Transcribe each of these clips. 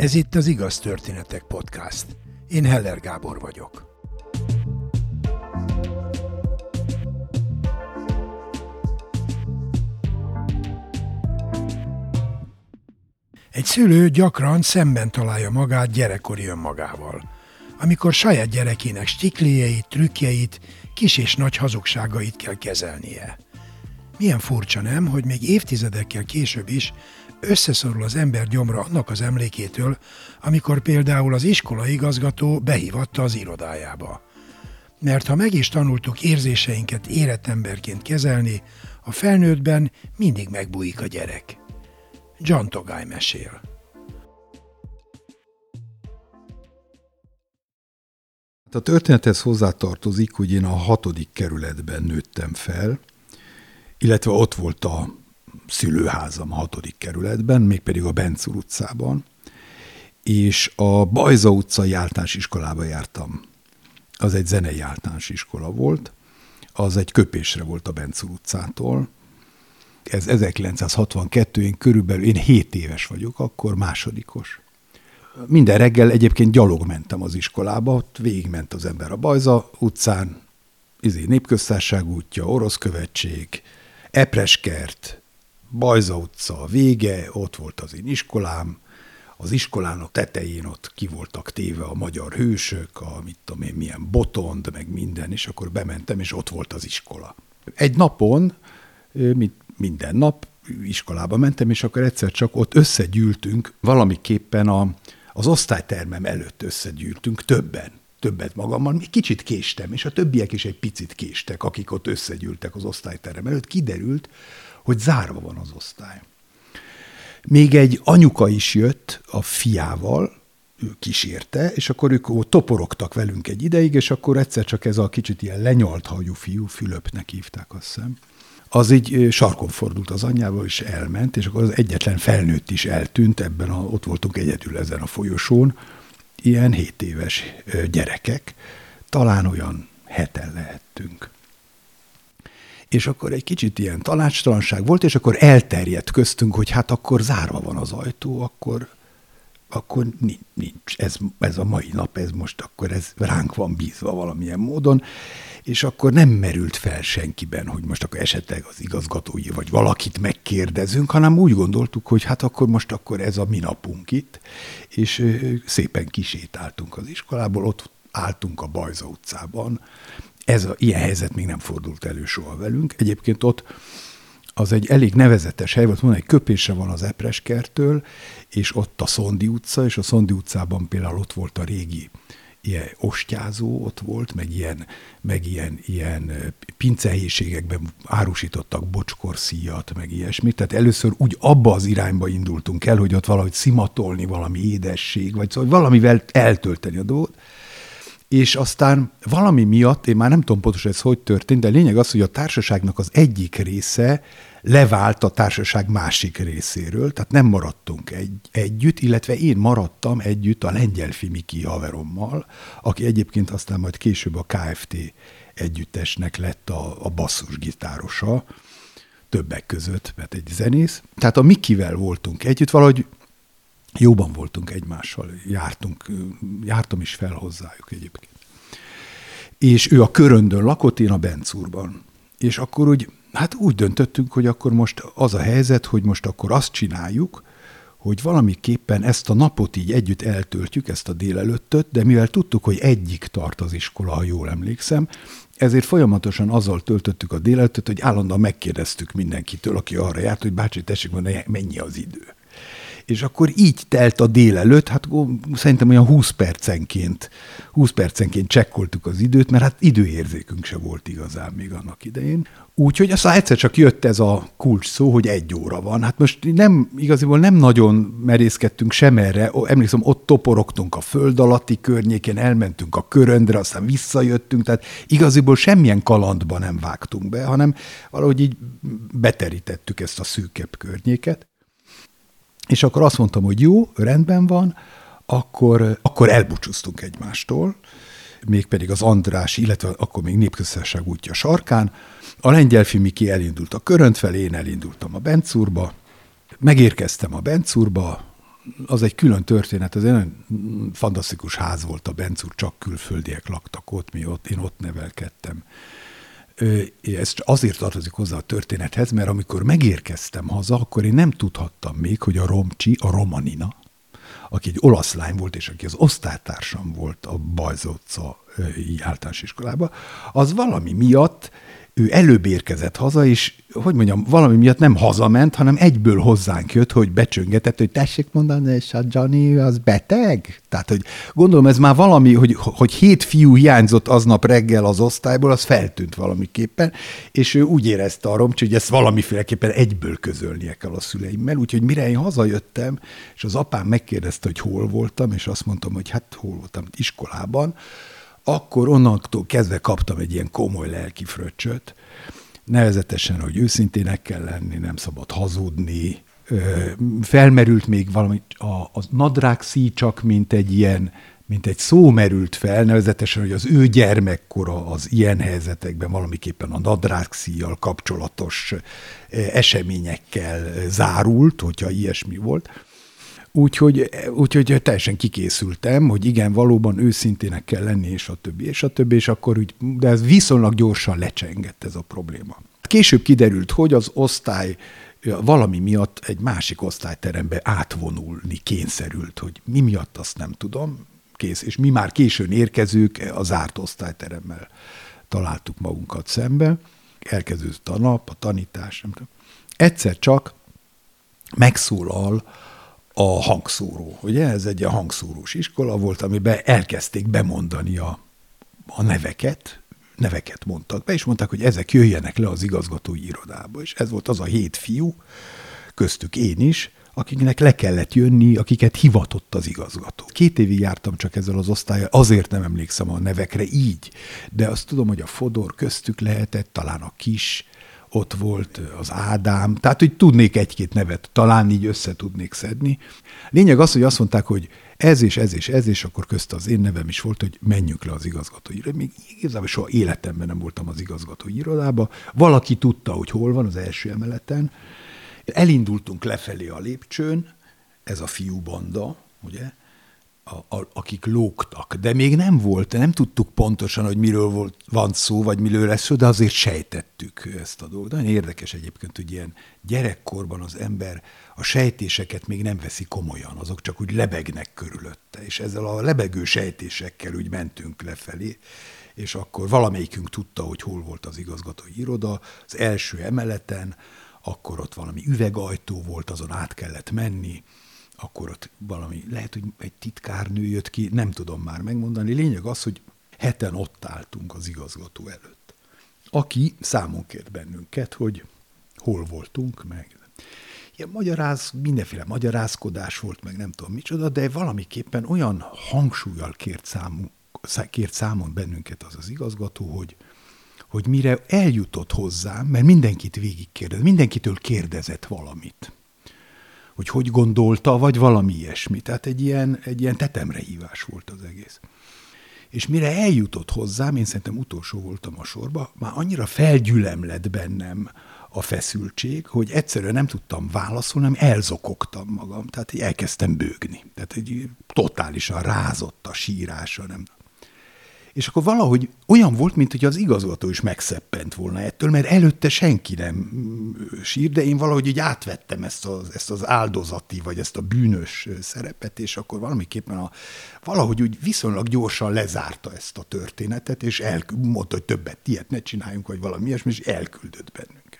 Ez itt az Igaz Történetek Podcast. Én Heller Gábor vagyok. Egy szülő gyakran szemben találja magát gyerekkori önmagával, amikor saját gyerekének stiklijeit, trükkjeit, kis és nagy hazugságait kell kezelnie. Milyen furcsa, nem, hogy még évtizedekkel később is összeszorul az ember gyomra annak az emlékétől, amikor például az iskolaigazgató behívatta az irodájába. Mert ha meg is tanultuk érzéseinket érett emberként kezelni, a felnőttben mindig megbújik a gyerek. John Togály mesél. A történethez hozzátartozik, hogy én a 6. kerületben nőttem fel, illetve ott volt a szülőházam a 6. kerületben, mégpedig a Bencúr utcában, és a Bajza utcai általános iskolába jártam. Az egy zenei általános iskola volt, az egy köpésre volt a Bencúr utcától. Ez 1962, én 7 éves vagyok, akkor másodikos. Minden reggel egyébként gyalog mentem az iskolába, ott végigment az ember a Bajza utcán, Népköztársaság útja, Orosz követség, Epreskert, Bajza utca vége, ott volt az én iskolám, az iskolának tetején ott ki voltak téve a magyar hősök, milyen Botond, meg minden, és akkor bementem, és ott volt az iskola. Egy napon, minden nap iskolába mentem, és akkor egyszer csak ott összegyűltünk, valamiképpen az osztálytermem előtt összegyűltünk, többet magammal, még kicsit késtem, és a többiek is egy picit késtek, akik ott összegyűltek az osztályterem előtt, kiderült, hogy zárva van az osztály. Még egy anyuka is jött a fiával, ő kísérte, és akkor ők toporogtak velünk egy ideig, és akkor egyszer csak ez a kicsit ilyen lenyalt hajú fiú, Fülöpnek hívták, azt hiszem, az így sarkon fordult az anyjával, és elment, és akkor az egyetlen felnőtt is eltűnt, ott voltunk egyedül ezen a folyosón, ilyen 7 éves gyerekek, talán olyan 7-en lehettünk. És akkor egy kicsit ilyen tanácstalanság volt, és akkor elterjedt köztünk, hogy hát akkor zárva van az ajtó, akkor nincs. Ez a mai nap, ez ránk van bízva valamilyen módon, és akkor nem merült fel senkiben, hogy most akkor esetleg az igazgatói vagy valakit megkérdezünk, hanem úgy gondoltuk, hogy hát akkor ez a mi napunk itt, és szépen kisétáltunk az iskolából, ott álltunk a Bajza utcában. Ilyen helyzet még nem fordult elő soha velünk. Egyébként ott az egy elég nevezetes hely volt, mondani, egy köpésre van az Epreskertől, és ott a Szondi utca, és a Szondi utcában például ott volt a régi ilyen ostyázó, ott volt, meg ilyen pincehelyiségekben árusítottak bocskor-szíjat, meg ilyesmit. Tehát először úgy abba az irányba indultunk el, hogy ott valahogy szimatolni valami édesség, vagy szóval valamivel eltölteni a dolgot. És aztán valami miatt, én már nem tudom pontosan ez hogy történt, de lényeg az, hogy a társaságnak az egyik része levált a társaság másik részéről, tehát nem maradtunk együtt, illetve én maradtam együtt a Lengyelffy Miki haverommal, aki egyébként aztán majd később a KFT együttesnek lett a basszusgitárosa, többek között, mert egy zenész. Tehát a Mikivel voltunk együtt, valahogy jóban voltunk egymással, jártam is fel hozzájuk egyébként. És ő a Köröndön lakott, én a Bencúrban. És akkor úgy döntöttünk, hogy akkor most az a helyzet, hogy most akkor azt csináljuk, hogy valamiképpen ezt a napot így együtt eltöltjük, ezt a délelőttöt, de mivel tudtuk, hogy egyik tart az iskola, ha jól emlékszem, ezért folyamatosan azzal töltöttük a délelőttöt, hogy állandóan megkérdeztük mindenkitől, aki arra járt, hogy bácsi, tessék mondani, mennyi az idő. És akkor így telt a délelőtt, hát szerintem olyan 20 percenként csekkoltuk az időt, mert hát időérzékünk se volt igazán még annak idején. Úgyhogy aztán egyszer csak jött ez a kulcs szó, hogy 1 óra van. Hát most igaziból nem nagyon merészkedtünk sem erre. Emlékszem, ott toporogtunk a föld alatti környéken, elmentünk a Köröndre, aztán visszajöttünk, tehát igaziból semmilyen kalandba nem vágtunk be, hanem valahogy így beterítettük ezt a szűkebb környéket. És akkor azt mondtam, hogy jó, rendben van, akkor elbúcsúztunk egymástól, mégpedig az András, illetve akkor még Népköztársaság útja sarkán. A Lengyelffy Miki elindult a Körönd felé, én elindultam a Bencúrba. Megérkeztem a Bencúrba, az egy külön történet, ez egy nagyon fantasztikus ház volt a Bencúr, csak külföldiek laktak ott, én ott nevelkedtem. Ez azért tartozik hozzá a történethez, mert amikor megérkeztem haza, akkor én nem tudhattam még, hogy a Romcsi, a Romanina, aki egy olasz lány volt, és aki az osztálytársam volt a Bajza utca általános iskolában, az valami miatt ő előbb érkezett haza, és hogy mondjam, valami miatt nem hazament, hanem egyből hozzánk jött, hogy becsöngetett, hogy tessék mondani, és a Johnny az beteg? Tehát, hogy gondolom ez már valami, hogy 7 fiú hiányzott aznap reggel az osztályból, az feltűnt valamiképpen, és ő úgy érezte a Romcsi, hogy ezt valamiféleképpen egyből közölnie kell a szüleimmel, úgyhogy mire én hazajöttem, és az apám megkérdezte, hogy hol voltam, és azt mondtam, hogy hát hol voltam, iskolában, akkor onnantól kezdve kaptam egy ilyen komoly lelki fröccsöt, nevezetesen, hogy őszintének kell lenni, nem szabad hazudni. Felmerült még valami, a nadrágszíj csak mint egy szó merült fel, nevezetesen, hogy az ő gyermekkora az ilyen helyzetekben valamiképpen a nadrágszíjjal kapcsolatos eseményekkel zárult, hogyha ilyesmi volt. Úgyhogy teljesen kikészültem, hogy igen, valóban őszintének kell lenni, és a többi, és akkor úgy, de ez viszonylag gyorsan lecsengett ez a probléma. Később kiderült, hogy az osztály valami miatt egy másik osztályterembe átvonulni kényszerült, hogy mi miatt azt nem tudom, kész, és mi már későn érkezők a zárt osztályteremmel találtuk magunkat szembe, elkezdődött a nap, a tanítás, nem tudom. Egyszer csak megszólal a hangszóró, ugye? Ez egy hangszórós iskola volt, amiben elkezdték bemondani a neveket mondtak be, és mondták, hogy ezek jöjjenek le az igazgatói irodába. És ez volt az a 7 fiú, köztük én is, akiknek le kellett jönni, akiket hivatott az igazgató. 2 évig jártam csak ezzel az osztállyal, azért nem emlékszem a nevekre így, de azt tudom, hogy a Fodor köztük lehetett, talán a Kis, ott volt az Ádám, tehát hogy tudnék egy-két nevet, talán így össze tudnék szedni. Lényeg az, hogy azt mondták, hogy ez és akkor közt az én nevem is volt, hogy menjünk le az igazgatói irodába. Még igazából soha életemben nem voltam az igazgatói irodába. Valaki tudta, hogy hol van, az első emeleten. Elindultunk lefelé a lépcsőn, ez a fiúbanda, ugye, akik lógtak, de még nem tudtuk pontosan, hogy miről van szó, vagy miről lesz szó, de azért sejtettük ezt a dolgot. Nagyon érdekes egyébként, hogy ilyen gyerekkorban az ember a sejtéseket még nem veszi komolyan, azok csak úgy lebegnek körülötte, és ezzel a lebegő sejtésekkel úgy mentünk lefelé, és akkor valamelyikünk tudta, hogy hol volt az igazgatói iroda, az első emeleten, akkor ott valami üvegajtó volt, azon át kellett menni, akkor ott valami, lehet, hogy egy titkárnő jött ki, nem tudom már megmondani. Lényeg az, hogy heten ott álltunk az igazgató előtt, aki számon kért bennünket, hogy hol voltunk, meg ilyen mindenféle magyarázkodás volt, meg nem tudom micsoda, de valamiképpen olyan hangsúllyal kért számon bennünket az igazgató, hogy mire eljutott hozzám, mert mindenkit végigkérdezett, mindenkitől kérdezett valamit, hogy gondolta, vagy valami ilyesmi. Tehát egy ilyen tetemre hívás volt az egész. És mire eljutott hozzám, én szerintem utolsó voltam a sorba, már annyira felgyülemlett bennem a feszültség, hogy egyszerűen nem tudtam válaszolni, hanem elzokogtam magam. Tehát elkezdtem bőgni. Tehát egy totálisan rázott a sírása, nem. És akkor valahogy olyan volt, mint hogy az igazgató is megszeppent volna ettől, mert előtte senki nem sír, de én valahogy így átvettem ezt az áldozati, vagy ezt a bűnös szerepet, és akkor valamiképpen valahogy úgy viszonylag gyorsan lezárta ezt a történetet, és mondta, hogy többet ilyet ne csináljunk, vagy valami ilyesmi, és elküldött bennünket.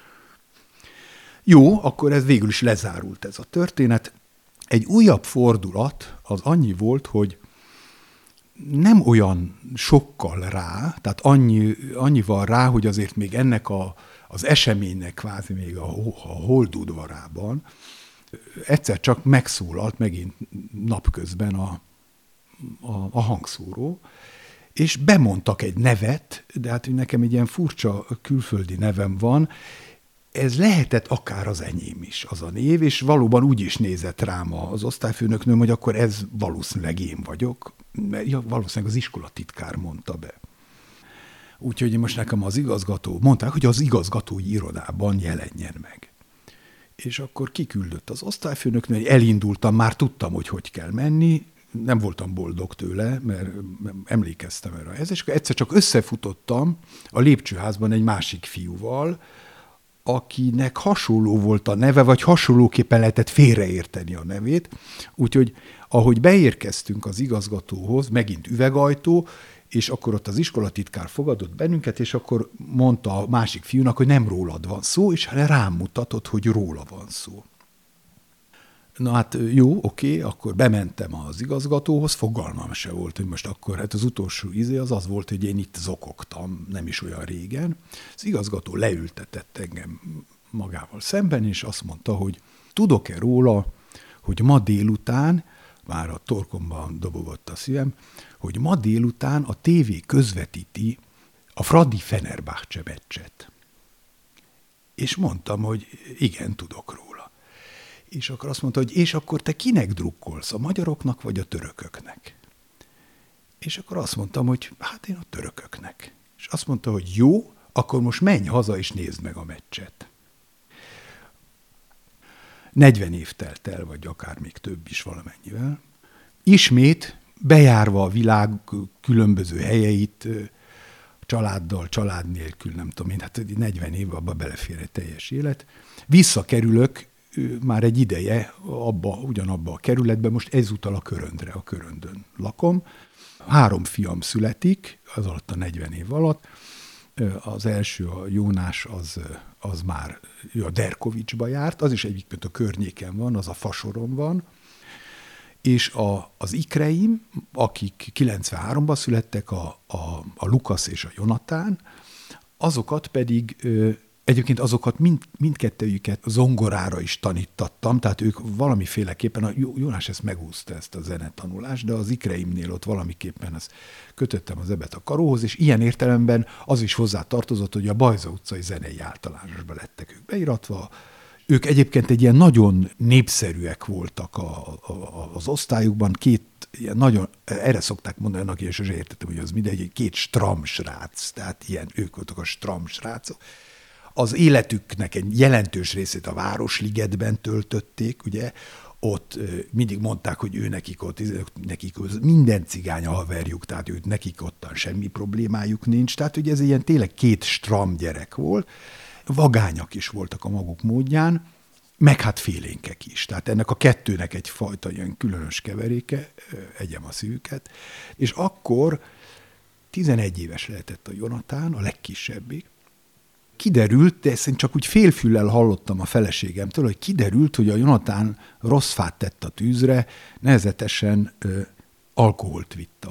Jó, akkor ez végül is lezárult ez a történet. Egy újabb fordulat az annyi volt, hogy nem olyan sokkal rá, tehát annyival rá, hogy azért még ennek az eseménynek kvázi még a Holdudvarában egyszer csak megszólalt megint napközben a hangszóró, és bemondtak egy nevet, de hát nekem egy ilyen furcsa külföldi nevem van, ez lehetett akár az enyém is, az a név, és valóban úgy is nézett rám az osztályfőnöknőm, hogy akkor ez valószínűleg én vagyok, mert valószínűleg az iskolatitkár mondta be. Úgyhogy most nekem az igazgató, mondták, hogy az igazgatói irodában jelenjen meg. És akkor kiküldött az osztályfőnöknő, elindultam, már tudtam, hogy kell menni, nem voltam boldog tőle, mert emlékeztem erre a helyzetre, és akkor egyszer csak összefutottam a lépcsőházban egy másik fiúval, akinek hasonló volt a neve, vagy hasonlóképpen lehetett félreérteni a nevét. Úgyhogy ahogy beérkeztünk az igazgatóhoz, megint üvegajtó, és akkor ott az iskolatitkár fogadott bennünket, és akkor mondta a másik fiúnak, hogy nem rólad van szó, és rám mutatott, hogy róla van szó. Na hát jó, oké, akkor bementem az igazgatóhoz, fogalmam se volt, hogy most akkor, hát az utolsó az volt, hogy én itt zokogtam, nem is olyan régen. Az igazgató leültetett engem magával szemben, és azt mondta, hogy tudok-e róla, hogy ma délután, már a torkomban dobogott a szívem, hogy ma délután a tévé közvetíti a Fradi Fenerbahce meccset. És mondtam, hogy igen, tudok róla. És akkor azt mondta, hogy és akkor te kinek drukkolsz, a magyaroknak vagy a törököknek? És akkor azt mondtam, hogy hát én a törököknek. És azt mondta, hogy jó, akkor most menj haza és nézd meg a meccset. 40 év telt el, vagy akár még több is valamennyivel. Ismét bejárva a világ különböző helyeit, családdal, család nélkül, nem tudom én, hát 40 év abba belefér egy teljes élet. Visszakerülök már egy ideje ugyanabba a kerületben, most ezúttal a Köröndre, a Köröndön lakom. 3 fiam születik, az alatt a 40 év alatt. Az első, a Jónás, az már a Derkovicsba járt, az is egyébként a környéken van, az a Fasoron van, és az ikreim, akik 93-ban születtek, a Lukasz és a Jonatán, azokat pedig, egyébként azokat mindkettőjüket zongorára is tanítattam, tehát ők valamiféleképpen, a Jónás ezt megúszta, ezt a zenetanulást, de az ikreimnél ott valamiképpen ezt kötöttem az ebet a karóhoz, és ilyen értelemben az is hozzá tartozott, hogy a Bajza utcai zenei általánosba lettek ők beiratva. Ők egyébként egy ilyen nagyon népszerűek voltak az osztályukban, 2 ilyen nagyon, erre szokták mondani, annak én sosem értettem, hogy az mindegy, 2 stramsrác, tehát ilyen, ők voltak a stramsrácok. Az életüknek egy jelentős részét a Városligetben töltötték, ugye, ott mindig mondták, hogy nekik minden cigány a haverjuk, tehát nekik ottan semmi problémájuk nincs, tehát ugye ez ilyen tényleg 2 stram gyerek volt, vagányak is voltak a maguk módján, meg hát félénkek is. Tehát ennek a 2-nek egyfajta ilyen különös keveréke, egyem a szívüket. És akkor 11 éves lehetett a Jonatán, a legkisebbik. Kiderült, de ezt én csak úgy félfüllel hallottam a feleségemtől, hogy kiderült, hogy a Jonatán rossz fát tett a tűzre, nevezetesen alkoholt vitt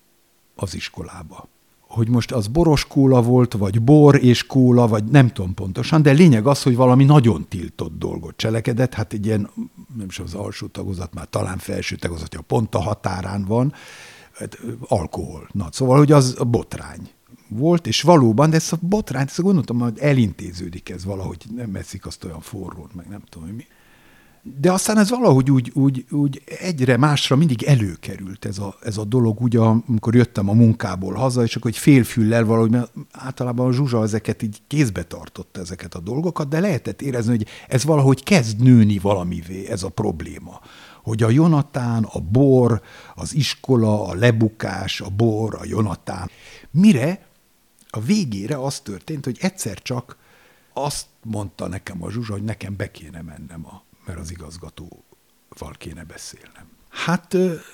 az iskolába. Hogy most az boros kóla volt, vagy bor és kóla, vagy nem tudom pontosan, de lényeg az, hogy valami nagyon tiltott dolgot cselekedett, hát egy ilyen, nem is az alsó tagozat, már talán felső tagozatja pont a határán van, hát alkohol. Na, szóval, hogy az a botrány volt, és valóban, de ezt a botrányt, ezt gondoltam, hogy elintéződik ez valahogy, nem eszik azt olyan forrón, meg nem tudom, mi. De aztán ez valahogy úgy egyre másra mindig előkerült ez a dolog, ugye, amikor jöttem a munkából haza, és akkor egy félfüllel valahogy, mert általában a Zsuzsa ezeket így kézbe tartotta ezeket a dolgokat, de lehetett érezni, hogy ez valahogy kezd nőni valamivé, ez a probléma. Hogy a Jonatán, a bor, az iskola, a lebukás, a bor, a Jonatán. Mire a végére az történt, hogy egyszer csak azt mondta nekem a Zsuzsa, hogy nekem be kéne mennem, mert az igazgatóval kéne beszélnem. Hát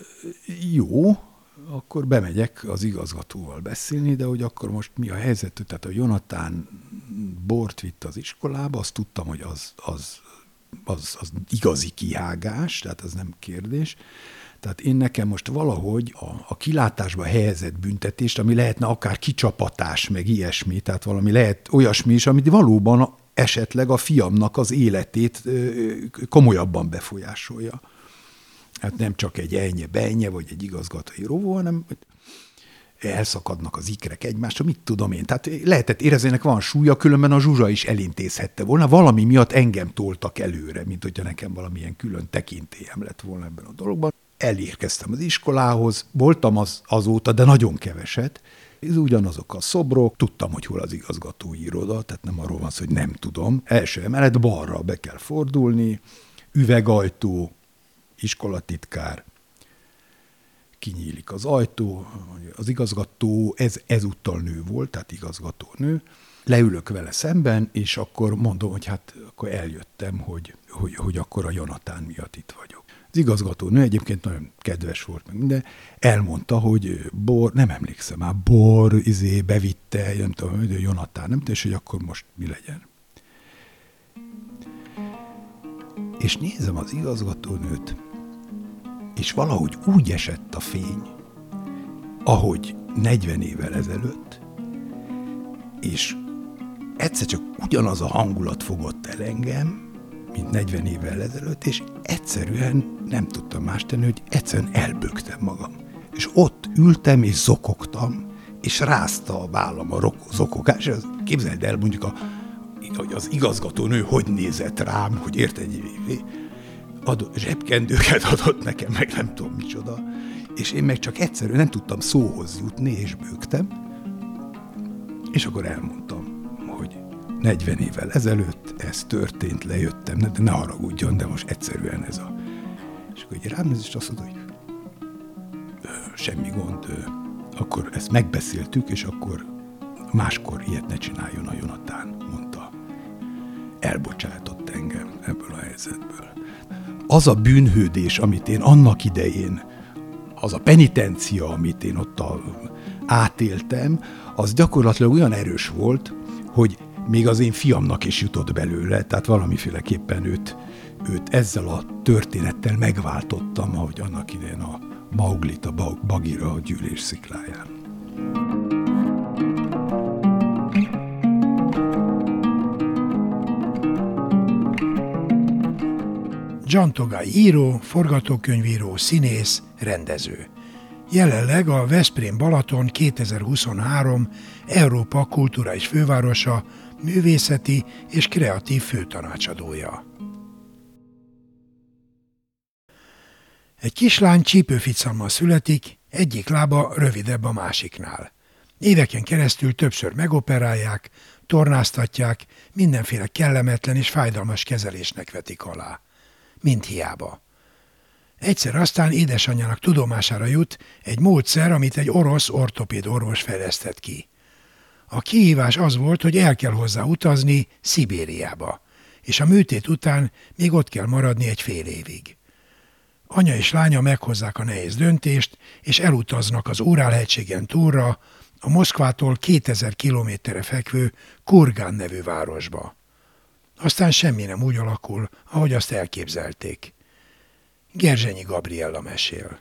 jó, akkor bemegyek az igazgatóval beszélni, de hogy akkor most mi a helyzet? Tehát a Jonatán bort vitt az iskolába, azt tudtam, hogy az igazi kihágás, tehát az nem kérdés. Tehát én nekem most valahogy a kilátásba helyezett büntetést, ami lehetne akár kicsapatás, meg ilyesmi, tehát valami lehet olyasmi is, amit valóban esetleg a fiamnak az életét komolyabban befolyásolja. Hát nem csak egy ennye-bennye, vagy egy igazgatói rovó, hanem elszakadnak az ikrek egymásra, mit tudom én. Tehát lehetett érezni, ennek van súlya, különben a Zsuzsa is elintézhette volna. Valami miatt engem toltak előre, mint hogyha nekem valamilyen külön tekintélyem lett volna ebben a dologban. elérkeztem az iskolához, voltam azóta, de nagyon keveset. Ez ugyanazok a szobrok, tudtam, hogy hol az igazgatói iroda, tehát nem arról van szó, hogy nem tudom. Első emelet, balra be kell fordulni, üvegajtó, iskolatitkár, kinyílik az ajtó, az igazgató, ez ezúttal nő volt, tehát igazgatónő. Leülök vele szemben, és akkor mondom, hogy hát akkor eljöttem, hogy akkor a Jonatán miatt itt vagyok. Az igazgatónő egyébként nagyon kedves volt, meg minden, elmondta, hogy nem emlékszem már, bevitte, nem tudom, hogy Jonatán, nem tudom, és hogy akkor most mi legyen. És nézem az igazgatónőt, és valahogy úgy esett a fény, ahogy 40 évvel ezelőtt, és egyszer csak ugyanaz a hangulat fogott el engem, mint 40 évvel ezelőtt, és egyszerűen nem tudtam más tenni, hogy egyszerűen elböktem magam. És ott ültem, és zokogtam, és rázta a vállam a zokogás. Képzeld el, mondjuk, hogy az igazgatónő hogy nézett rám, hogy érted, zsebkendőket adott nekem, meg nem tudom micsoda. És én meg csak egyszerűen nem tudtam szóhoz jutni, és bőgtem. És akkor elmondtam, hogy 40 évvel ezelőtt ez történt, lejöttem, de ne haragudjon, de most egyszerűen ez a... És akkor így rám néz, és azt mondta, hogy semmi gond, akkor ezt megbeszéltük, és akkor máskor ilyet ne csináljon a Jonatán, mondta. Elbocsátott engem ebből a helyzetből. Az a bűnhődés, amit én annak idején, az a penitencia, amit én ott átéltem, az gyakorlatilag olyan erős volt, hogy még az én fiamnak is jutott belőle, tehát valamiféleképpen őt ezzel a történettel megváltottam, ahogy annak idején a Mauglit, a Bagira a Gyűlés szikláján. John Togay író, forgatókönyvíró, színész, rendező. Jelenleg a Veszprém-Balaton 2023 Európa kulturális fővárosa, művészeti és kreatív főtanácsadója. Egy kislány csípőficammal születik, egyik lába rövidebb a másiknál. Éveken keresztül többször megoperálják, tornáztatják, mindenféle kellemetlen és fájdalmas kezelésnek vetik alá. Mind hiába. Egyszer aztán édesanyjának tudomására jut egy módszer, amit egy orosz ortopéd orvos fejlesztett ki. A kihívás az volt, hogy el kell hozzá utazni Szibériába, és a műtét után még ott kell maradni egy fél évig. Anya és lánya meghozzák a nehéz döntést, és elutaznak az Urál-hegységen túlra, a Moszkvától 2000 kilométerre fekvő Kurgán nevű városba. Aztán semmi nem úgy alakul, ahogy azt elképzelték. Gerzsenyi Gabriella mesél.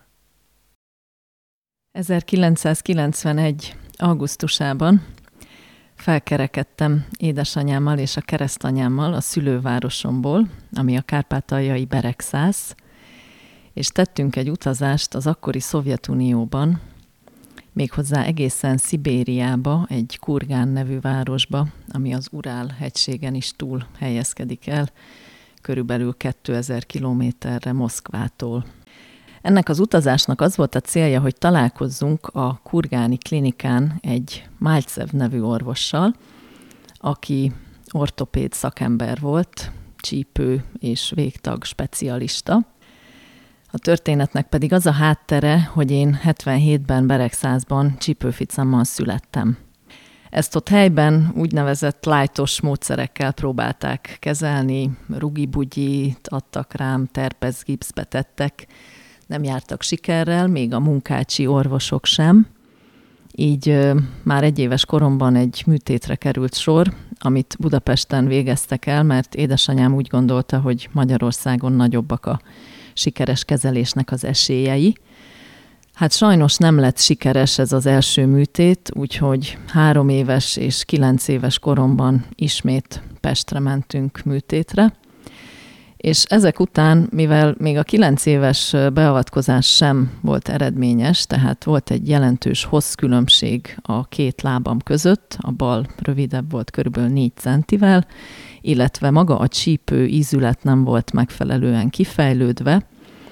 1991. augusztusában felkerekedtem édesanyámmal és a keresztanyámmal a szülővárosomból, ami a kárpátaljai Beregszász, és tettünk egy utazást az akkori Szovjetunióban, méghozzá egészen Szibériába, egy Kurgán nevű városba, ami az Urál-hegységen is túl helyezkedik el, körülbelül 2000 kilométerre Moszkvától. Ennek az utazásnak az volt a célja, hogy találkozzunk a kurgáni klinikán egy Malcev nevű orvossal, aki ortopéd szakember volt, csípő és végtag specialista. A történetnek pedig az a háttere, hogy én 77-ben Beregszászban csípőficammal születtem. Ezt ott helyben úgynevezett lightos módszerekkel próbálták kezelni, rugi-bugyit adtak rám, terpezgipszbe tettek, nem jártak sikerrel, még a munkácsi orvosok sem. Így már 1 éves koromban egy műtétre került sor, amit Budapesten végeztek el, mert édesanyám úgy gondolta, hogy Magyarországon nagyobbak a sikeres kezelésnek az esélyei. Hát sajnos nem lett sikeres ez az első műtét, úgyhogy 3 éves és 9 éves koromban ismét Pestre mentünk műtétre. És ezek után, mivel még a 9 éves beavatkozás sem volt eredményes, tehát volt egy jelentős hosszkülönbség a 2 lábam között, a bal rövidebb volt körülbelül 4 centivel, illetve maga a csípő ízület nem volt megfelelően kifejlődve,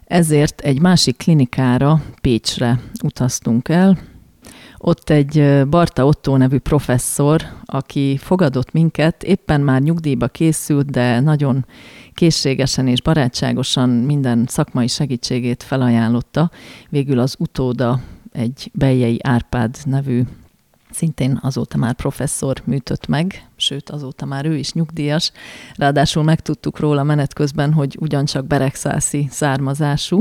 Ezért egy másik klinikára, Pécsre utaztunk el. Ott egy Barta Ottó nevű professzor, aki fogadott minket, éppen már nyugdíjba készült, de nagyon készségesen és barátságosan minden szakmai segítségét felajánlotta. Végül az utóda egy Beljei Árpád nevű, szintén azóta már professzor műtött meg, sőt azóta már ő is nyugdíjas. Ráadásul megtudtuk róla menet közben, hogy ugyancsak beregszászi származású.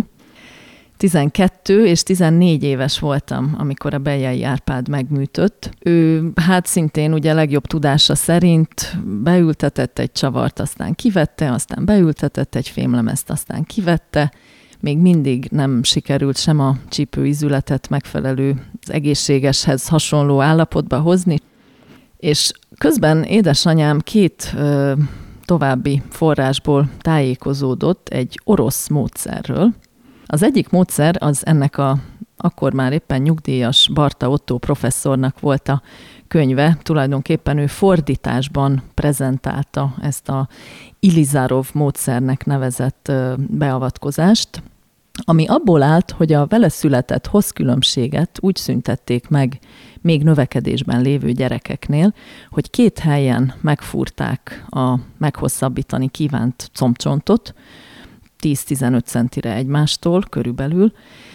12 és 14 éves voltam, amikor a Beljei Árpád megműtött. Ő hát szintén ugye legjobb tudása szerint beültetett egy csavart, aztán kivette, aztán beültetett egy fémlemezt, aztán kivette. Még mindig nem sikerült sem a csípőizületet megfelelő az egészségeshez hasonló állapotba hozni. És közben édesanyám 2 további forrásból tájékozódott egy orosz módszerről. Az egyik módszer az ennek akkor már éppen nyugdíjas Barta Ottó professzornak volt a könyve. Tulajdonképpen ő fordításban prezentálta ezt a Ilizarov módszernek nevezett beavatkozást, ami abból állt, hogy a vele született hozkülönbséget úgy szüntették meg még növekedésben lévő gyerekeknél, hogy 2 helyen megfúrták a meghosszabbítani kívánt combcsontot, 10-15 centire egymástól körülbelül,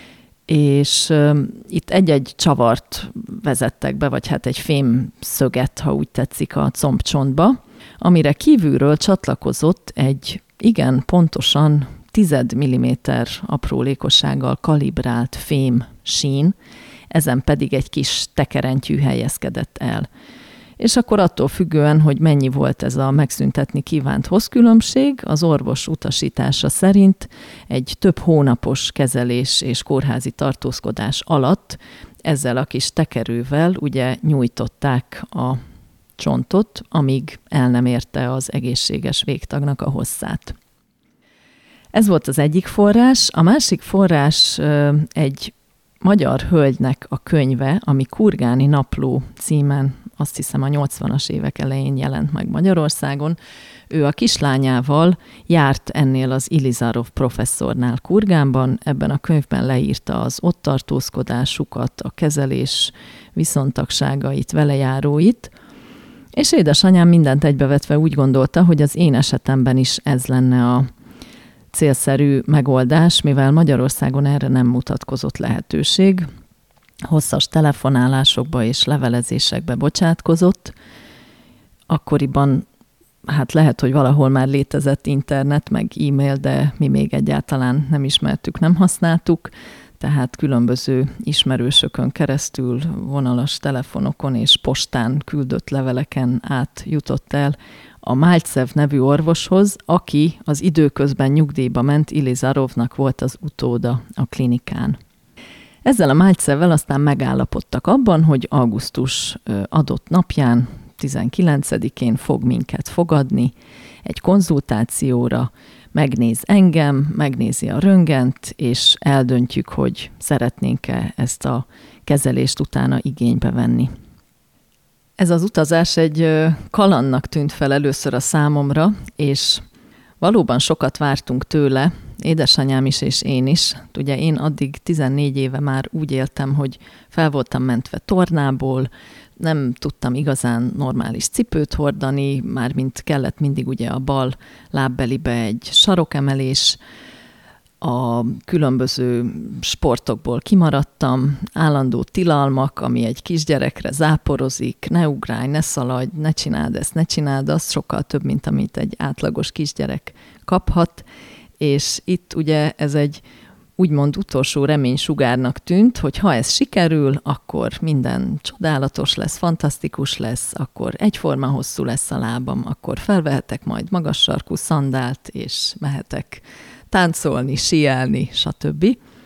és itt egy-egy csavart vezettek be, vagy hát egy fémszöget, ha úgy tetszik, a combcsontba, amire kívülről csatlakozott egy igen pontosan 10 mm aprólékossággal kalibrált fém sín, ezen pedig egy kis tekerentyű helyezkedett el. És akkor attól függően, hogy mennyi volt ez a megszüntetni kívánt hozkülönbség, az orvos utasítása szerint egy több hónapos kezelés és kórházi tartózkodás alatt ezzel a kis tekerővel ugye nyújtották a csontot, amíg el nem érte az egészséges végtagnak a hosszát. Ez volt az egyik forrás. A másik forrás egy magyar hölgynek a könyve, ami Kurgáni Napló címen, azt hiszem a 80-as évek elején jelent meg Magyarországon. Ő a kislányával járt ennél az Ilizarov professzornál Kurgánban, ebben a könyvben leírta az ott tartózkodásukat, a kezelés viszontagságait, velejáróit, és édesanyám mindent egybevetve úgy gondolta, hogy az én esetemben is ez lenne a célszerű megoldás, mivel Magyarországon erre nem mutatkozott lehetőség. Hosszas telefonálásokba és levelezésekbe bocsátkozott. Akkoriban hát lehet, hogy valahol már létezett internet, meg e-mail, de mi még egyáltalán nem ismertük, nem használtuk, tehát különböző ismerősökön keresztül, vonalas telefonokon és postán küldött leveleken át jutott el a Málcev nevű orvoshoz, aki az időközben nyugdíjba ment Ilizarovnak volt az utóda a klinikán. Ezzel a Málcevvel aztán megállapodtak abban, hogy augusztus adott napján, 19-én fog minket fogadni egy konzultációra, megnéz engem, megnézi a röntgent, és eldöntjük, hogy szeretnénk-e ezt a kezelést utána igénybe venni. Ez az utazás egy kalandnak tűnt fel először a számomra, és valóban sokat vártunk tőle, édesanyám is és én is. Ugye én addig 14 éve már úgy éltem, hogy fel voltam mentve tornából, nem tudtam igazán normális cipőt hordani, mármint kellett mindig ugye a bal lábbelibe egy sarokemelés, a különböző sportokból kimaradtam, állandó tilalmak, ami egy kisgyerekre záporozik, ne ugrálj, ne szaladj, ne csináld ezt, ne csináld azt, sokkal több, mint amit egy átlagos kisgyerek kaphat, és itt ugye ez egy úgymond utolsó reménysugárnak tűnt, hogy ha ez sikerül, akkor minden csodálatos lesz, fantasztikus lesz, akkor egyforma hosszú lesz a lábam, akkor felvehetek majd magas sarkú szandált, és mehetek táncolni, síelni, stb.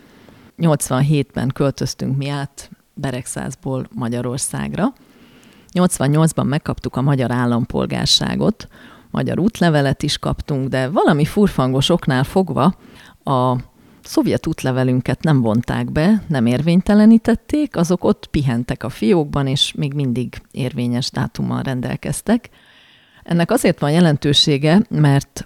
87-ben költöztünk mi át Beregszászból Magyarországra. 88-ban megkaptuk a magyar állampolgárságot, magyar útlevelet is kaptunk, de valami furfangos oknál fogva a szovjet útlevelünket nem vonták be, nem érvénytelenítették, azok ott pihentek a fiókban, és még mindig érvényes dátummal rendelkeztek. Ennek azért van jelentősége, mert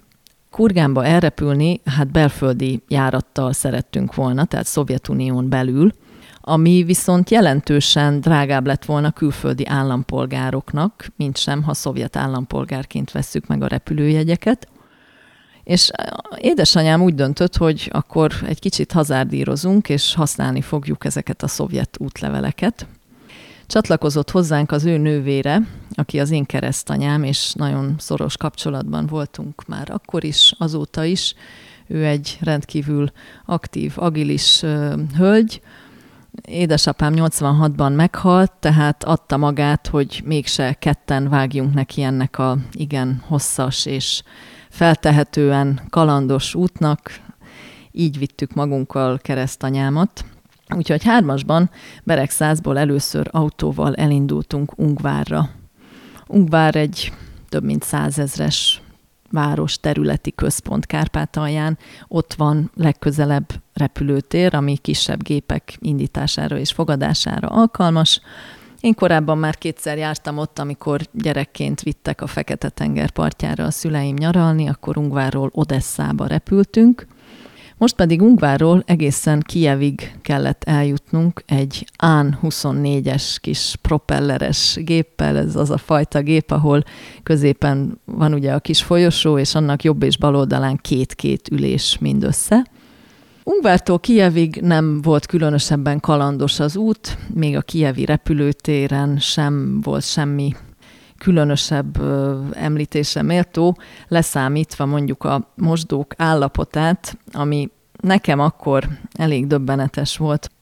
Kurgánba elrepülni, hát belföldi járattal szerettünk volna, tehát Szovjetunión belül, ami viszont jelentősen drágább lett volna külföldi állampolgároknak, mint sem, ha szovjet állampolgárként vesszük meg a repülőjegyeket. És édesanyám úgy döntött, hogy akkor egy kicsit hazárdírozunk, és használni fogjuk ezeket a szovjet útleveleket. Csatlakozott hozzánk az ő nővére, aki az én keresztanyám, és nagyon szoros kapcsolatban voltunk már akkor is, azóta is. Ő egy rendkívül aktív, agilis hölgy. Édesapám 86-ban meghalt, tehát adta magát, hogy mégse ketten vágjunk neki ennek a igen hosszas és feltehetően kalandos útnak. Így vittük magunkkal keresztanyámat. Úgyhogy 3-asban Beregszászból először autóval elindultunk Ungvárra. Ungvár egy több mint 100 000-es város, területi központ Kárpátalján. Ott van legközelebb repülőtér, ami kisebb gépek indítására és fogadására alkalmas. Én korábban már 2-szer jártam ott, amikor gyerekként vittek a Fekete-tenger partjára a szüleim nyaralni, akkor Ungvárról Odesszába repültünk. Most pedig Ungvárról egészen Kijevig kellett eljutnunk egy AN-24-es kis propelleres géppel, ez az a fajta gép, ahol középen van ugye a kis folyosó, és annak jobb és bal oldalán 2 ülés mindössze. Ungvártól Kijevig nem volt különösebben kalandos az út, még a kijevi repülőtéren sem volt semmi különösebb említése méltó, leszámítva mondjuk a mosdók állapotát, ami nekem akkor elég döbbenetes volt.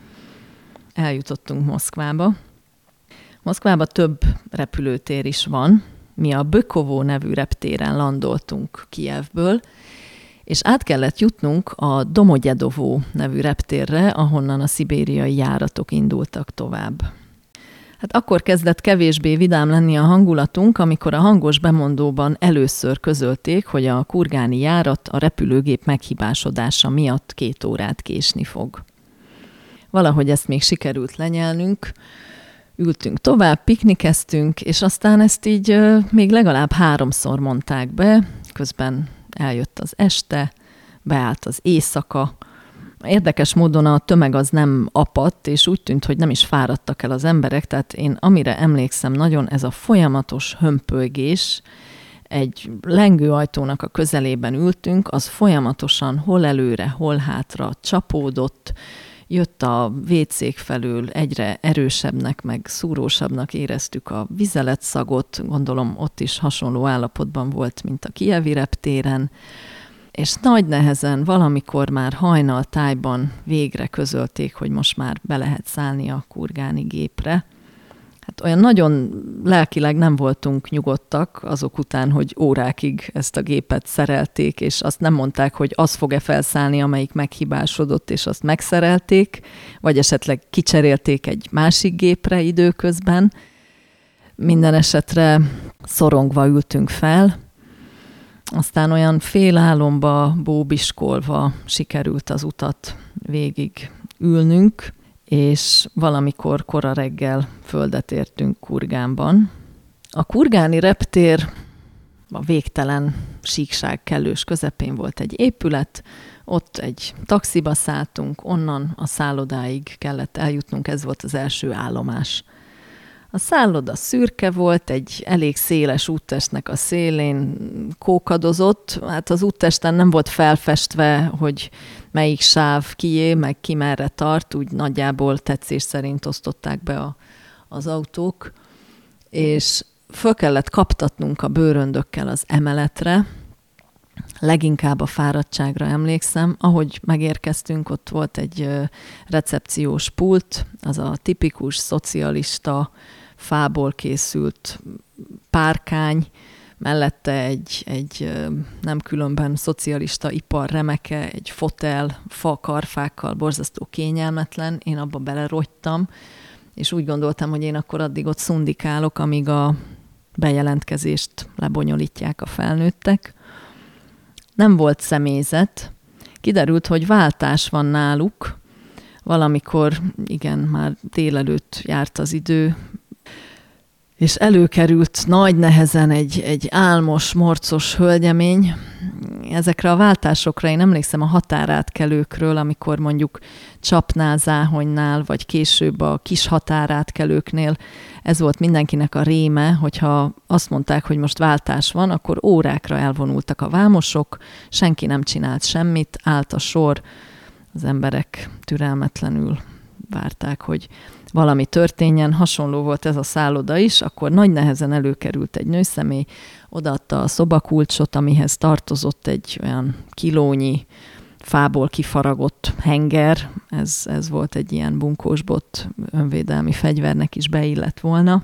Eljutottunk Moszkvába. Moszkvában több repülőtér is van. Mi a Bökovó nevű reptéren landoltunk Kijevből, és át kellett jutnunk a Domogyedovó nevű reptérre, ahonnan a szibériai járatok indultak tovább. Hát akkor kezdett kevésbé vidám lenni a hangulatunk, amikor a hangos bemondóban először közölték, hogy a kurgáni járat a repülőgép meghibásodása miatt 2 órát késni fog. Valahogy ezt még sikerült lenyelnünk, ültünk tovább, piknikeztünk, és aztán ezt így még legalább 3-szor mondták be, közben eljött az este, beállt az éjszaka. Érdekes módon a tömeg az nem apadt, és úgy tűnt, hogy nem is fáradtak el az emberek, tehát én amire emlékszem nagyon, ez a folyamatos hömpölygés, egy lengőajtónak a közelében ültünk, az folyamatosan hol előre, hol hátra csapódott, jött a WC-k felől, egyre erősebbnek, meg szúrósabbnak éreztük a vizeletszagot, gondolom ott is hasonló állapotban volt, mint a kijevi reptéren, és nagy nehezen valamikor már hajnaltájban végre közölték, hogy most már be lehet szállni a kurgáni gépre. Hát olyan nagyon lelkileg nem voltunk nyugodtak azok után, hogy órákig ezt a gépet szerelték, és azt nem mondták, hogy az fog-e felszállni, amelyik meghibásodott, és azt megszerelték, vagy esetleg kicserélték egy másik gépre időközben. Minden esetre szorongva ültünk fel, aztán olyan félálomba, bóbiskolva sikerült az utat végig ülnünk, és valamikor kora reggel földet értünk Kurgánban. A kurgáni reptér a végtelen síkság kellős közepén volt egy épület, ott egy taxiba szálltunk, onnan a szállodáig kellett eljutnunk, ez volt az első állomás. A szálloda szürke volt, egy elég széles úttestnek a szélén kókadozott, hát az úttesten nem volt felfestve, hogy melyik sáv kié, meg ki merre tart, úgy nagyjából tetszés szerint osztották be az autók, és föl kellett kaptatnunk a bőröndökkel az emeletre, leginkább a fáradtságra emlékszem. Ahogy megérkeztünk, ott volt egy recepciós pult, az a tipikus szocialista fából készült párkány, mellette egy nem különben szocialista ipar remeke, egy fotel, fa karfákkal, borzasztó kényelmetlen. Én abba belerogytam, és úgy gondoltam, hogy én akkor addig ott szundikálok, amíg a bejelentkezést lebonyolítják a felnőttek. Nem volt személyzet. Kiderült, hogy váltás van náluk. Valamikor, igen, már délelőtt járt az idő, és előkerült nagy nehezen egy álmos, morcos hölgyemény. ezekre a váltásokra én emlékszem a határátkelőkről, amikor mondjuk Csapnál, Záhonynál, vagy később a kis határátkelőknél ez volt mindenkinek a réme, hogyha azt mondták, hogy most váltás van, akkor órákra elvonultak a vámosok, senki nem csinált semmit, állt a sor, az emberek türelmetlenül várták, hogy valami történjen. Hasonló volt ez a szálloda is, akkor nagy nehezen előkerült egy nőszemély, odaadta a szobakulcsot, amihez tartozott egy olyan kilónyi fából kifaragott henger, ez volt egy ilyen bunkósbot, önvédelmi fegyvernek is beillett volna.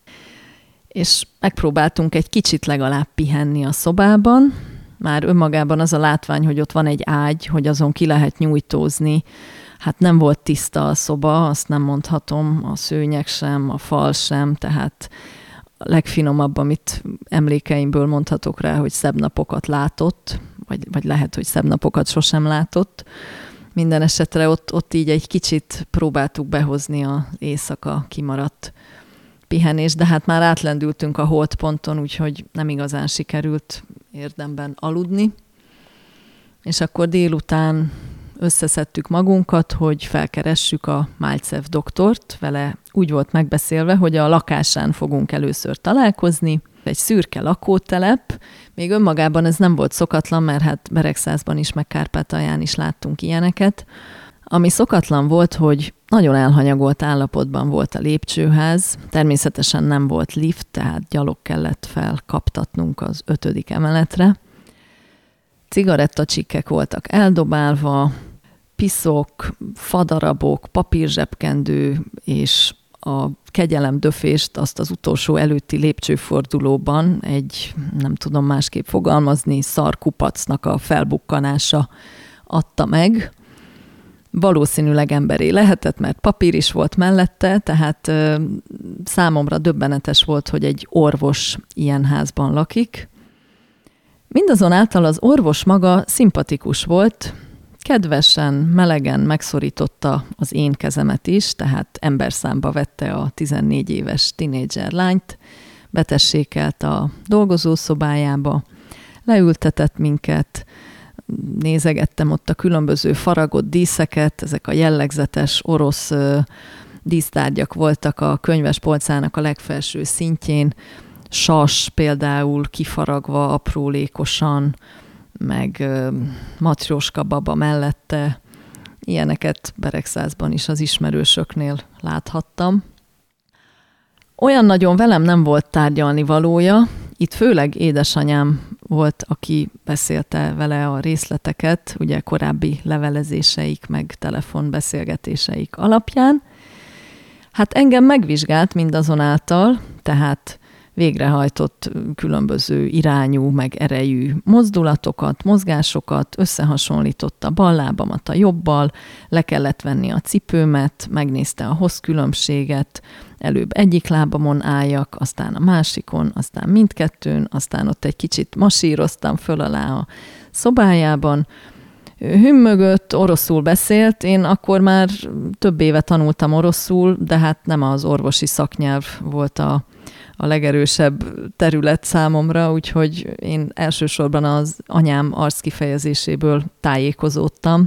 És megpróbáltunk egy kicsit legalább pihenni a szobában, már önmagában az a látvány, hogy ott van egy ágy, hogy azon ki lehet nyújtózni. Hát nem volt tiszta a szoba, azt nem mondhatom, a szőnyeg sem, a fal sem, tehát a legfinomabb, amit emlékeimből mondhatok rá, hogy szebb napokat látott, vagy lehet, hogy szebb napokat sosem látott. Minden esetre ott így egy kicsit próbáltuk behozni az éjszaka kimaradt pihenést, de hát már átlendültünk a holdponton, úgyhogy nem igazán sikerült érdemben aludni. És akkor délután összeszedtük magunkat, hogy felkeressük a Malcev doktort. Vele úgy volt megbeszélve, hogy a lakásán fogunk először találkozni. Egy szürke lakótelep. Még önmagában ez nem volt szokatlan, mert hát Beregszászban is, meg Kárpátalján is láttunk ilyeneket. Ami szokatlan volt, hogy nagyon elhanyagolt állapotban volt a lépcsőház. Természetesen nem volt lift, tehát gyalog kellett felkaptatnunk az 5. emeletre. Cigarettacsikkek voltak eldobálva, piszok, fadarabok, papírzsebkendő és a kegyelemdöfést azt az utolsó előtti lépcsőfordulóban egy, nem tudom másképp fogalmazni, szarkupacnak a felbukkanása adta meg. Valószínűleg emberé lehetett, mert papír is volt mellette, tehát számomra döbbenetes volt, hogy egy orvos ilyen házban lakik. Mindazonáltal az orvos maga szimpatikus volt, kedvesen, melegen megszorította az én kezemet is, tehát emberszámba vette a 14 éves tinédzser lányt, betessékelt a dolgozószobájába, leültetett minket, nézegettem ott a különböző faragott díszeket, ezek a jellegzetes orosz dísztárgyak voltak a könyvespolcának a legfelső szintjén, sas például kifaragva aprólékosan, meg matrjóska baba mellette. Ilyeneket Beregszászban is az ismerősöknél láthattam. Olyan nagyon velem nem volt tárgyalni valója, itt főleg édesanyám volt, aki beszélte vele a részleteket, ugye korábbi levelezéseik, meg telefonbeszélgetéseik alapján. Hát engem megvizsgált mindazonáltal, tehát végrehajtott különböző irányú, meg erejű mozdulatokat, mozgásokat, összehasonlította bal lábamat a jobbal, le kellett venni a cipőmet, megnézte a hozkülönbséget, előbb egyik lábamon álljak, aztán a másikon, aztán mindkettőn, aztán ott egy kicsit masíroztam föl alá a szobájában, hümmögött, oroszul beszélt, én akkor már több éve tanultam oroszul, de hát nem az orvosi szaknyelv volt a legerősebb terület számomra, úgyhogy én elsősorban az anyám arckifejezéséből tájékozódtam.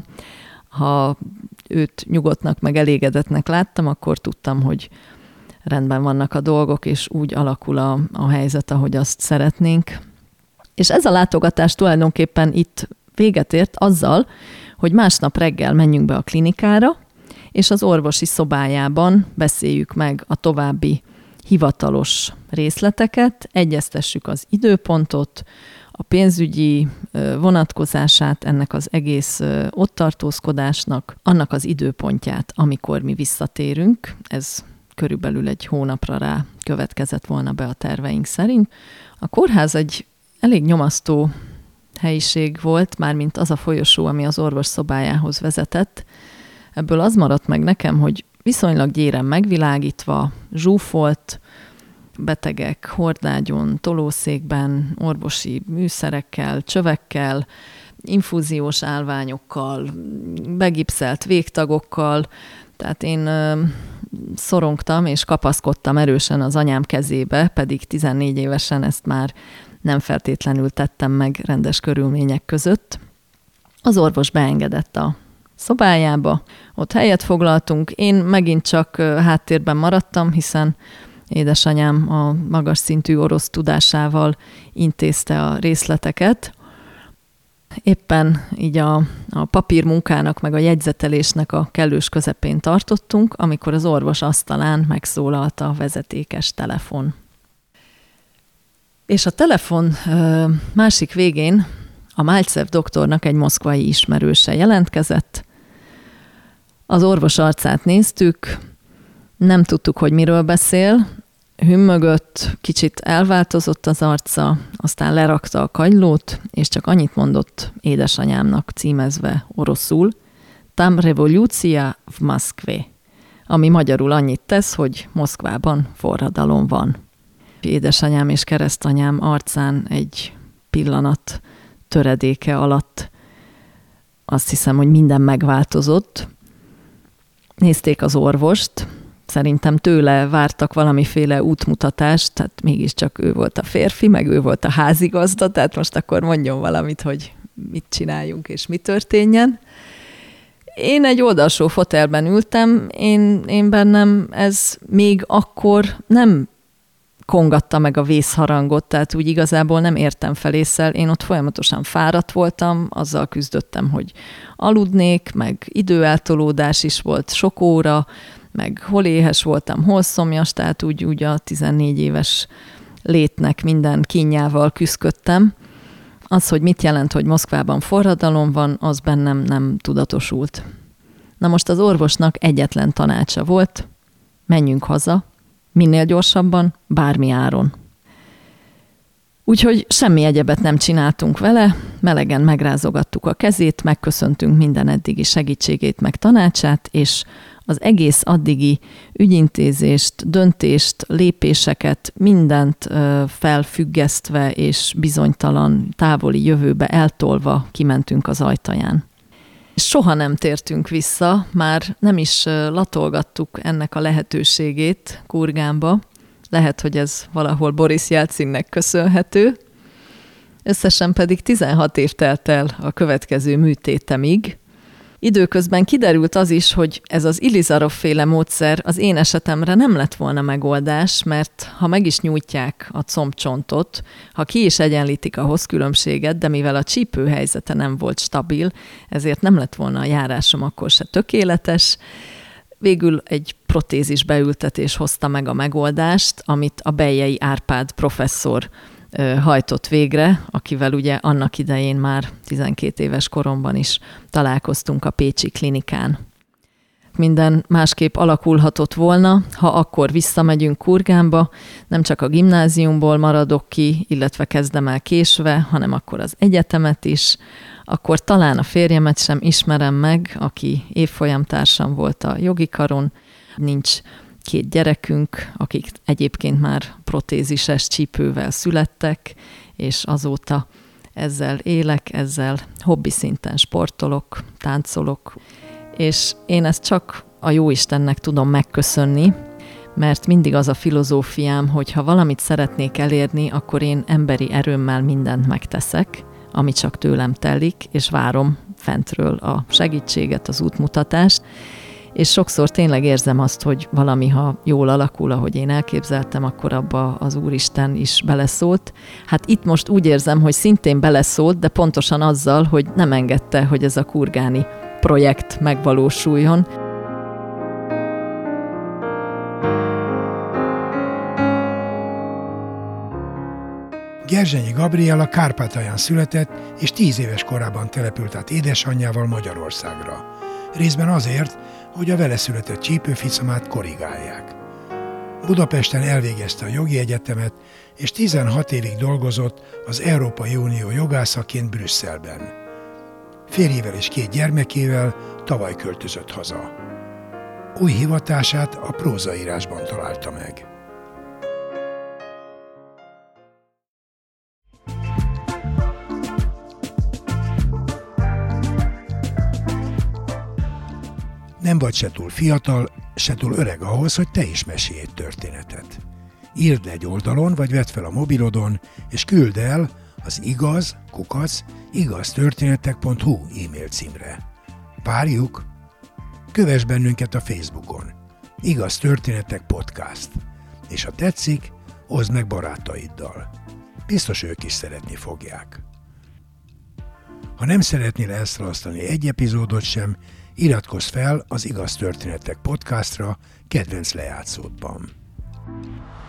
Ha őt nyugodtnak, meg elégedetnek láttam, akkor tudtam, hogy rendben vannak a dolgok, és úgy alakul a helyzet, ahogy azt szeretnénk. És ez a látogatás tulajdonképpen itt véget ért azzal, hogy másnap reggel menjünk be a klinikára, és az orvosi szobájában beszéljük meg a további hivatalos részleteket, egyeztessük az időpontot, a pénzügyi vonatkozását ennek az egész ott tartózkodásnak, annak az időpontját, amikor mi visszatérünk. Ez körülbelül egy hónapra rá következett volna be a terveink szerint. A kórház egy elég nyomasztó helyiség volt, mármint az a folyosó, ami az orvos szobájához vezetett. Ebből az maradt meg nekem, hogy viszonylag gyéren megvilágítva, zsúfolt, betegek hordágyon, tolószékben, orvosi műszerekkel, csövekkel, infúziós állványokkal, begipszelt végtagokkal. Tehát én szorongtam és kapaszkodtam erősen az anyám kezébe, pedig 14 évesen ezt már nem feltétlenül tettem meg rendes körülmények között. Az orvos beengedett a szobájába, ott helyet foglaltunk, én megint csak háttérben maradtam, hiszen édesanyám a magas szintű orosz tudásával intézte a részleteket. Éppen így a papírmunkának, meg a jegyzetelésnek a kellős közepén tartottunk, amikor az orvos asztalán megszólalt a vezetékes telefon. És a telefon másik végén a Malcev doktornak egy moszkvai ismerőse jelentkezett. Az orvos arcát néztük, nem tudtuk, hogy miről beszél, hümmögött, kicsit elváltozott az arca, aztán lerakta a kagylót, és csak annyit mondott édesanyámnak címezve oroszul, Tam revolúcia v Moszkvé, ami magyarul annyit tesz, hogy Moszkvában forradalom van. Édesanyám és keresztanyám arcán egy pillanat töredéke alatt azt hiszem, hogy minden megváltozott. Nézték az orvost, szerintem tőle vártak valamiféle útmutatást, tehát mégiscsak ő volt a férfi, meg ő volt a házigazda, tehát most akkor mondjon valamit, hogy mit csináljunk és mi történjen. Én egy oldalsó fotelben ültem, én bennem ez még akkor nem kongatta meg a vészharangot, tehát úgy igazából nem értem fel ésszel. Én ott folyamatosan fáradt voltam, azzal küzdöttem, hogy aludnék, meg időeltolódás is volt sok óra, meg hol éhes voltam, hol szomjas, tehát úgy a 14 éves létnek minden kínjával küzdöttem. Az, hogy mit jelent, hogy Moszkvában forradalom van, az bennem nem tudatosult. Na most az orvosnak egyetlen tanácsa volt, menjünk haza, minél gyorsabban, bármi áron. Úgyhogy semmi egyebet nem csináltunk vele, melegen megrázogattuk a kezét, megköszöntünk minden eddigi segítségét, meg tanácsát, és az egész addigi ügyintézést, döntést, lépéseket, mindent felfüggesztve és bizonytalan távoli jövőbe eltolva kimentünk az ajtaján. Soha nem tértünk vissza, már nem is latolgattuk ennek a lehetőségét Kurgánba. Lehet, hogy ez valahol Boris Jelcinnek köszönhető. Összesen pedig 16 év telt el a következő műtétemig. Időközben kiderült az is, hogy ez az Ilizarov-féle módszer az én esetemre nem lett volna megoldás, mert ha meg is nyújtják a combcsontot, ha ki is egyenlítik a hozkülönbséget, de mivel a csípő helyzete nem volt stabil, ezért nem lett volna a járásom akkor se tökéletes. Végül egy protézis beültetés hozta meg a megoldást, amit a Beljei Árpád professzor hajtott végre, akivel ugye annak idején már 12 éves koromban is találkoztunk a pécsi klinikán. Minden másképp alakulhatott volna, ha akkor visszamegyünk Kurgánba, nem csak a gimnáziumból maradok ki, illetve kezdem el késve, hanem akkor az egyetemet is, akkor talán a férjemet sem ismerem meg, aki évfolyamtársam volt a jogi karon, nincs 2 gyerekünk, akik egyébként már protézises csípővel születtek, és azóta ezzel élek, ezzel hobbi szinten sportolok, táncolok, és én ezt csak a Jóistennek tudom megköszönni, mert mindig az a filozófiám, hogy ha valamit szeretnék elérni, akkor én emberi erőmmel mindent megteszek, ami csak tőlem telik, és várom fentről a segítséget, az útmutatást, és sokszor tényleg érzem azt, hogy valami, ha jól alakul, ahogy én elképzeltem, akkor abba az Úristen is beleszólt. Hát itt most úgy érzem, hogy szintén beleszólt, de pontosan azzal, hogy nem engedte, hogy ez a kurgáni projekt megvalósuljon. Gerzsenyi Gabriella Kárpátalján született, és 10 éves korában települt át édesanyjával Magyarországra. Részben azért, hogy a vele született csípőficamát korrigálják. Budapesten elvégezte a jogi egyetemet, és 16 évig dolgozott az Európai Unió jogászaként Brüsszelben. Férjével és 2 gyermekével tavaly költözött haza. Új hivatását a prózaírásban találta meg. Nem vagy se túl fiatal, se túl öreg ahhoz, hogy te is mesélj egy történetet. Írd le egy oldalon, vagy vedd fel a mobilodon, és küld el az igaz@igaztörténetek.hu e-mail címre. Várjuk! Kövess bennünket a Facebookon. Igaz Történetek Podcast. És ha tetszik, oszd meg barátaiddal. Biztos ők is szeretni fogják. Ha nem szeretnél elszalasztani egy epizódot sem, iratkozz fel az Igaz Történetek Podcastra kedvenc lejátszódban.